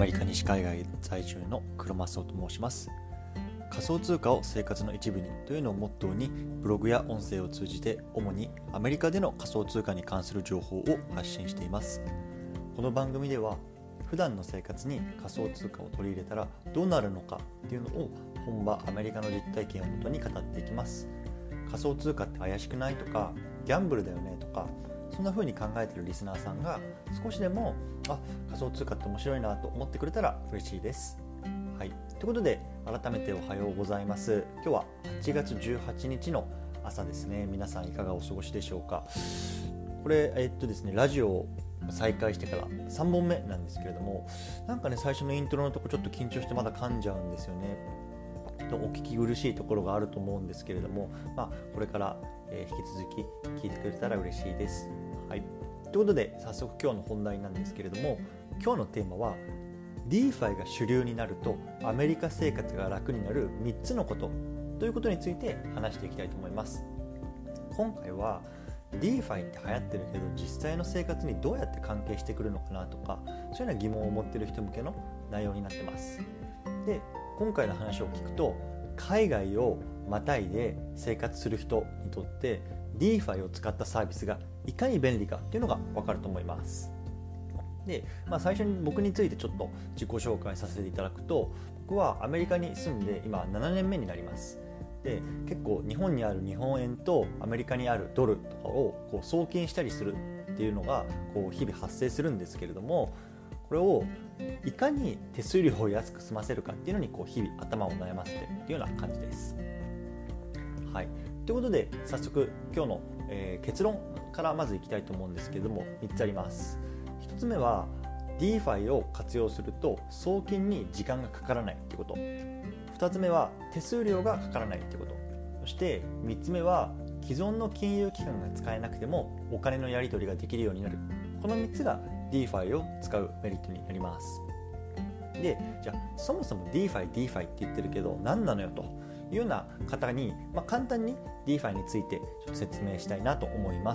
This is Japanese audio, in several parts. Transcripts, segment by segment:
メリカ西海外在住の黒マスオと申します。仮想通貨を生活の一部にというのをモットーに、ブログや音声を通じて主にアメリカでの仮想通貨に関する情報を発信しています。この番組では普段の生活に仮想通貨を取り入れたらどうなるのかというのを本場アメリカの実体験をもとに語っていきます。仮想通貨って怪しくないとか、ギャンブルだよねとか、そんな風に考えているリスナーさんが少しでも仮想通貨って面白いなと思ってくれたら嬉しいです。はい、ということで改めておはようございます。今日は8月18日の朝ですね。皆さんいかがお過ごしでしょうか。これですね、ラジオを再開してから3本目なんですけれども、なんかね、最初のイントロのとこちょっと緊張してまだ噛んじゃうんですよね。お聞き苦しいところがあると思うんですけれども、これから引き続き聞いてくれたら嬉しいです。はい、ということで早速今日の本題なんですけれども、今日のテーマは DeFi が主流になるとアメリカ生活が楽になる3つのことということについて話していきたいと思います。今回は DeFi って流行ってるけど実際の生活にどうやって関係してくるのかなとか、そういうような疑問を持っている人向けの内容になってます。で、今回の話を聞くと、海外をまたいで生活する人にとって DeFi を使ったサービスがいかに便利かっていうのが分かると思います。で、最初に僕についてちょっと自己紹介させていただくと、僕はアメリカに住んで今7年目になります。で、結構日本にある日本円とアメリカにあるドルとかを送金したりするっていうのが日々発生するんですけれども、これをいかに手数料を安く済ませるかっていうのに日々頭を悩ませているっていうような感じです。はい、ということで早速今日の、結論からまずいきたいと思うんですけれども、3つあります。1つ目は DeFi を活用すると送金に時間がかからないということ。2つ目は手数料がかからないということ。そして3つ目は既存の金融機関が使えなくてもお金のやり取りができるようになる。この3つが DeFi を使うメリットになります。で、じゃあそもそも DeFi って言ってるけど何なのよというような方に、簡単に DeFi についてちょっと説明したいなと思います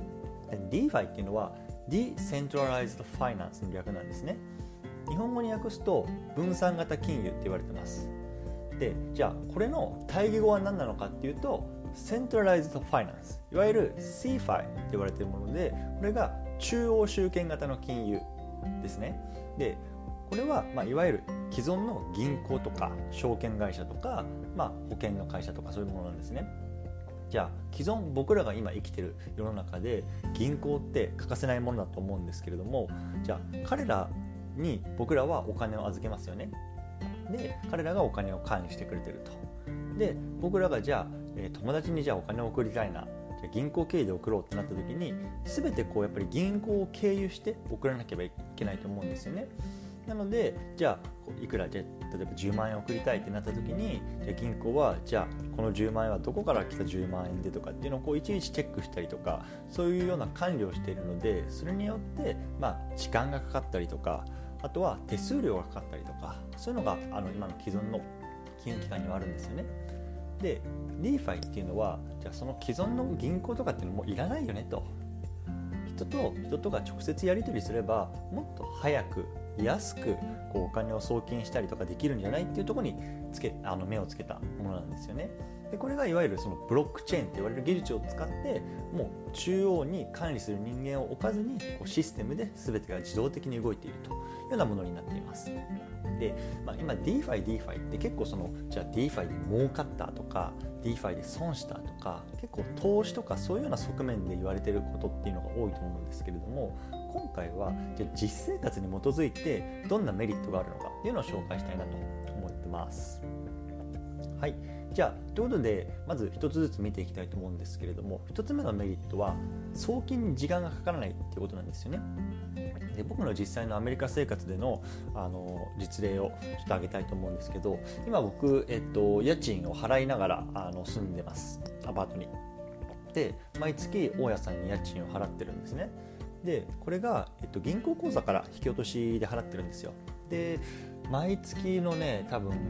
。DeFi っていうのは Decentralized Finance の略なんですね。日本語に訳すと分散型金融って言われてます。で、じゃあこれの対義語は何なのかっていうと Centralized Finance、 いわゆる CeFi って言われているもので、これが中央集権型の金融ですね。で、これは、いわゆる既存の銀行とか証券会社とか、保険の会社とかそういうものなんですね。じゃあ既存、僕らが今生きてる世の中で銀行って欠かせないものだと思うんですけれども、じゃあ彼らに僕らはお金を預けますよね。で、彼らがお金を管理してくれてると。で、僕らがじゃあ、友達にじゃあお金を送りたいな、じゃあ銀行経由で送ろうってなった時に、全てやっぱり銀行を経由して送らなければいけないと思うんですよね。なので、じゃあいくら、じゃあ例えば10万円送りたいってなった時に、じゃあ銀行はじゃあこの10万円はどこから来た10万円でとかっていうのをいちいちチェックしたりとか、そういうような管理をしているので、それによって時間がかかったりとか、あとは手数料がかかったりとか、そういうのが今の既存の金融機関にはあるんですよね。で、DeFi っていうのはじゃあその既存の銀行とかっていうのもいらないよねと。人とが直接やり取りすればもっと早く安くお金を送金したりとかできるんじゃないっていうところに目をつけたものなんですよね。で、これがいわゆるそのブロックチェーンって言われる技術を使って、もう中央に管理する人間を置かずにシステムで全てが自動的に動いているというようなものになっています。で、今 DeFi って結構じゃあ DeFi で儲かったとか DeFi で損したとか、結構投資とかそういうような側面で言われていることっていうのが多いと思うんですけれども、今回はじゃあ実生活に基づいてどんなメリットがあるのかっていうのを紹介したいなと思ってます。はい、じゃあということでまず一つずつ見ていきたいと思うんですけれども、一つ目のメリットは送金に時間がかからないっていうことなんですよね。で、僕の実際のアメリカ生活での、実例をちょっと挙げたいと思うんですけど、今僕、家賃を払いながら住んでます、アパートに。で、毎月大家さんに家賃を払ってるんですね。で、これが、銀行口座から引き落としで払ってるんですよ。で、毎月のね、多分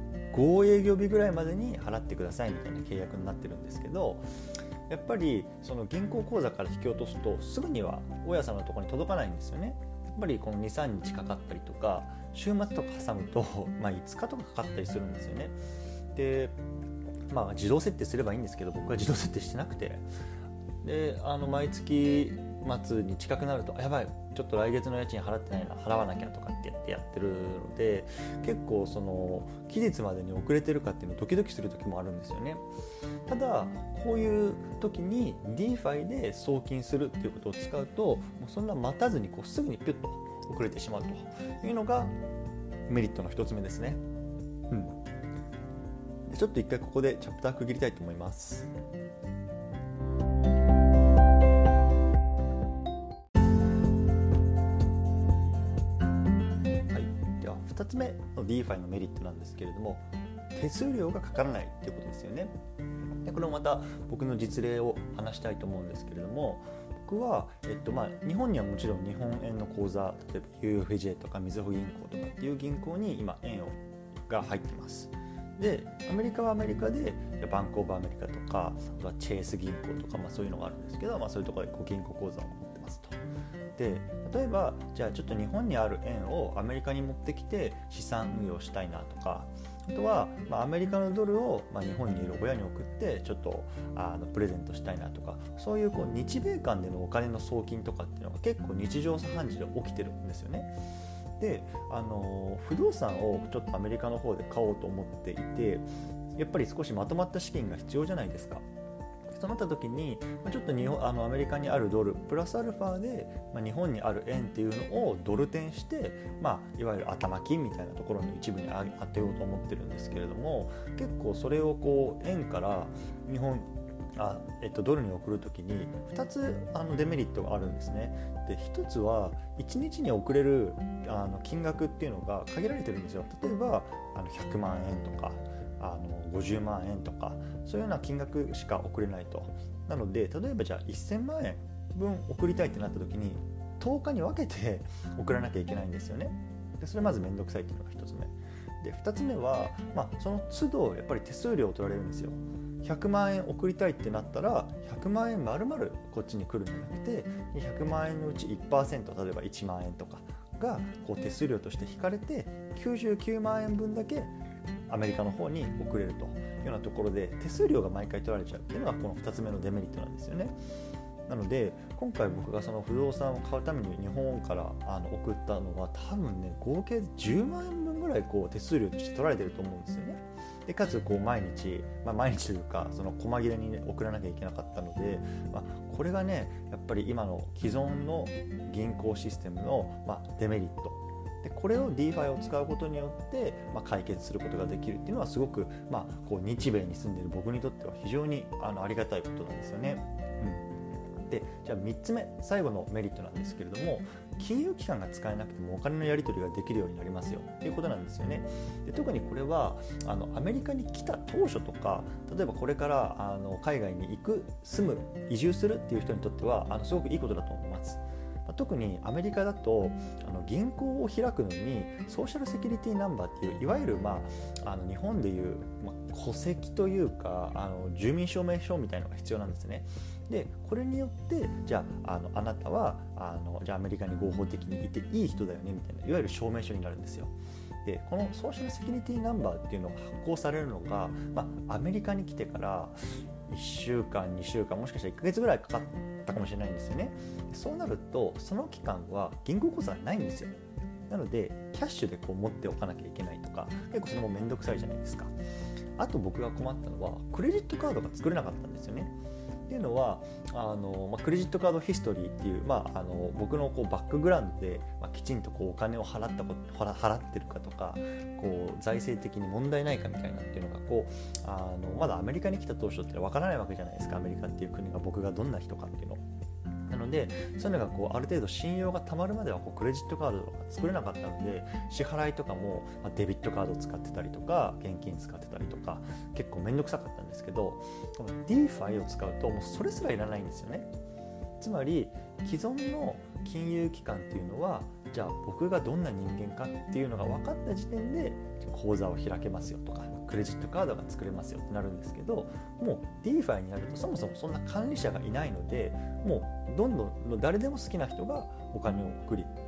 5営業日ぐらいまでに払ってくださいみたいな契約になってるんですけど、やっぱりその銀行口座から引き落とすとすぐには大家さんのところに届かないんですよね。 ぱりこの 2,3 日かかったりとか、週末とか挟むと、5日とかかかったりするんですよね。で、自動設定すればいいんですけど、僕は自動設定してなくて、で毎月末に近くなると、やばい、ちょっと来月の家賃払ってないな、払わなきゃとかってやってるので、結構その期日までに遅れてるかっていうのをドキドキする時もあるんですよね。ただこういう時に DeFi で送金するっていうことを使うと、もうそんな待たずにすぐにピュッと遅れてしまうというのがメリットの一つ目ですね。ちょっと一回ここでチャプター区切りたいと思います。2つ目の DeFi のメリットなんですけれども、手数料がかからないということですよね。でこれもまた僕の実例を話したいと思うんですけれども、僕は、日本にはもちろん日本円の口座、例えば UFJ とかみずほ銀行とかっていう銀行に今円が入ってます。でアメリカはアメリカでバンクオブアメリカとかチェイス銀行とか、そういうのがあるんですけど、そういうところで銀行口座を持ってますと。で例えばじゃあちょっと日本にある円をアメリカに持ってきて資産運用したいなとか、あとは、アメリカのドルを、日本にいる親に送ってちょっとプレゼントしたいなとか、そういう日米間でのお金の送金とかっていうのが結構日常茶飯事で起きてるんですよね。で不動産をちょっとアメリカの方で買おうと思っていて、やっぱり少しまとまった資金が必要じゃないですか。そうなった時にちょっとアメリカにあるドルプラスアルファで、日本にある円っていうのをドル転して、いわゆる頭金みたいなところの一部に当てようと思ってるんですけれども、結構それを円から日本ドルに送るときに2つデメリットがあるんですね。で1つは1日に送れる金額っていうのが限られてるんですよ。例えば100万円とか50万円とか、そういうような金額しか送れないと。なので例えばじゃあ1000万円分送りたいってなった時に10日に分けて送らなきゃいけないんですよね。でそれまずめんどくさいっていうのが1つ目で、2つ目は、その都度やっぱり手数料を取られるんですよ。100万円送りたいってなったら100万円丸々こっちに来るんじゃなくて、100万円のうち 1%、 例えば1万円とかが手数料として引かれて99万円分だけアメリカの方に送れるというようなところで、手数料が毎回取られちゃうっていうのがこの2つ目のデメリットなんですよね。なので今回僕がその不動産を買うために日本から送ったのは多分ね、合計10万円分ぐらい手数料として取られてると思うんですよね。でかつ毎日というかその細切れに、送らなきゃいけなかったので、これがねやっぱり今の既存の銀行システムの、デメリットで、これを DeFi を使うことによって、解決することができるっていうのはすごく、日米に住んでいる僕にとっては非常にありがたいことなんですよね。でじゃあ3つ目、最後のメリットなんですけれども、金融機関が使えなくてもお金のやり取りができるようになりますよということなんですよね。で特にこれはアメリカに来た当初とか、例えばこれから海外に住む、移住するっていう人にとってはすごくいいことだと思います。特にアメリカだと銀行を開くのにソーシャルセキュリティナンバーっていう、いわゆる、日本でいう、戸籍というか住民証明書みたいなのが必要なんですね。でこれによってじゃあ、あなたはじゃあアメリカに合法的にいていい人だよねみたいな、いわゆる証明書になるんですよ。でこのソーシャルセキュリティナンバーっていうのが発行されるのが、アメリカに来てから1週間2週間もしかしたら1ヶ月ぐらいかかったかもしれないんですよね。そうなるとその期間は銀行口座がないんですよ。なのでキャッシュで持っておかなきゃいけないとか、結構それもめんどくさいじゃないですか。あと僕が困ったのはクレジットカードが作れなかったんですよね。っていうのはクレジットカードヒストリーっていう、僕のバックグラウンドで、きちんとお金を払ってるかとか、財政的に問題ないかみたいなっていうのがまだアメリカに来た当初ってわからないわけじゃないですか。アメリカっていう国が僕がどんな人かっていうの。なのでそういうのがある程度信用がたまるまではクレジットカードとか作れなかったので、支払いとかもデビットカードを使ってたりとか現金使ってたりとか結構めんどくさかったんですけど、この DeFi を使うともうそれすらいらないんですよね。つまり既存の金融機関っていうのは、じゃあ僕がどんな人間かっていうのが分かった時点で口座を開けますよとかクレジットカードが作れますよってなるんですけど、もう DeFi になるとそもそもそんな管理者がいないので、もうどんどん誰でも好きな人がお金を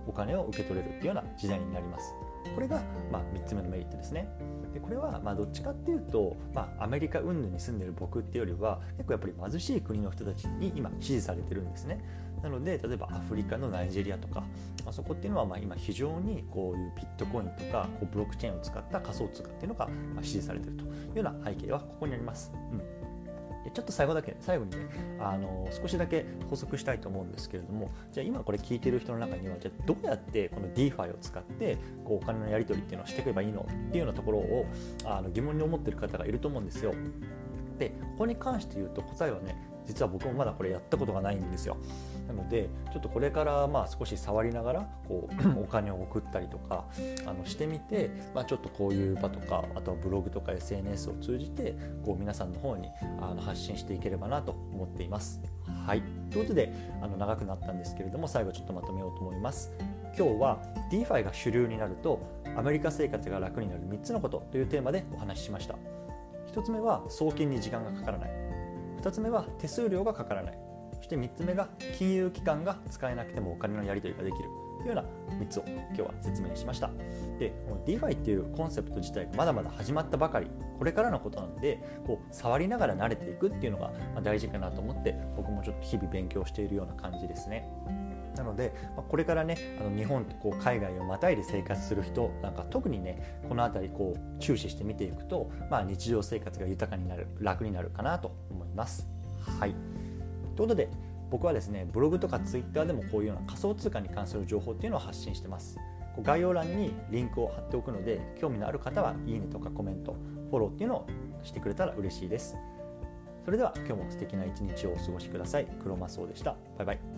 お金を受け取れるっていうような時代になります。これが3つ目のメリットですね。でこれはどっちかっていうと、アメリカ云々に住んでる僕っていうよりは結構やっぱり貧しい国の人たちに今支持されてるんですね。なので例えばアフリカのナイジェリアとか、そこっていうのは今非常にこういうビットコインとかブロックチェーンを使った仮想通貨っていうのが支持されているというような背景はここにあります。でちょっと最後にね少しだけ補足したいと思うんですけれども、じゃあ今これ聞いている人の中にはじゃあどうやってこの DeFi を使ってお金のやり取りっていうのをしていけばいいのっていうようなところを疑問に思っている方がいると思うんですよ。でここに関して言うと答えはね、実は僕もまだこれやったことがないんですよ。なのでちょっとこれから少し触りながらお金を送ったりとかしてみて、ちょっとこういう場とか、あとはブログとか SNS を通じて皆さんの方に発信していければなと思っています。はい、ということで長くなったんですけれども、最後ちょっとまとめようと思います。今日は DeFi が主流になるとアメリカ生活が楽になる3つのことというテーマでお話ししました。1つ目は送金に時間がかからない、2つ目は手数料がかからない、そして3つ目が金融機関が使えなくてもお金のやり取りができるというような3つを今日は説明しました。で、この DeFi っていうコンセプト自体がまだまだ始まったばかり、これからのことなので触りながら慣れていくっていうのが大事かなと思って、僕もちょっと日々勉強しているような感じですね。なのでこれからね日本と海外をまたいで生活する人なんか特にねこのあたり注視して見ていくと、日常生活が豊かになる、楽になるかなと思います。はい、ということで僕はですねブログとかツイッターでもこういうような仮想通貨に関する情報っていうのを発信してます。概要欄にリンクを貼っておくので、興味のある方はいいねとかコメント、フォローっていうのをしてくれたら嬉しいです。それでは今日も素敵な一日をお過ごしください。クロマスオでした。バイバイ。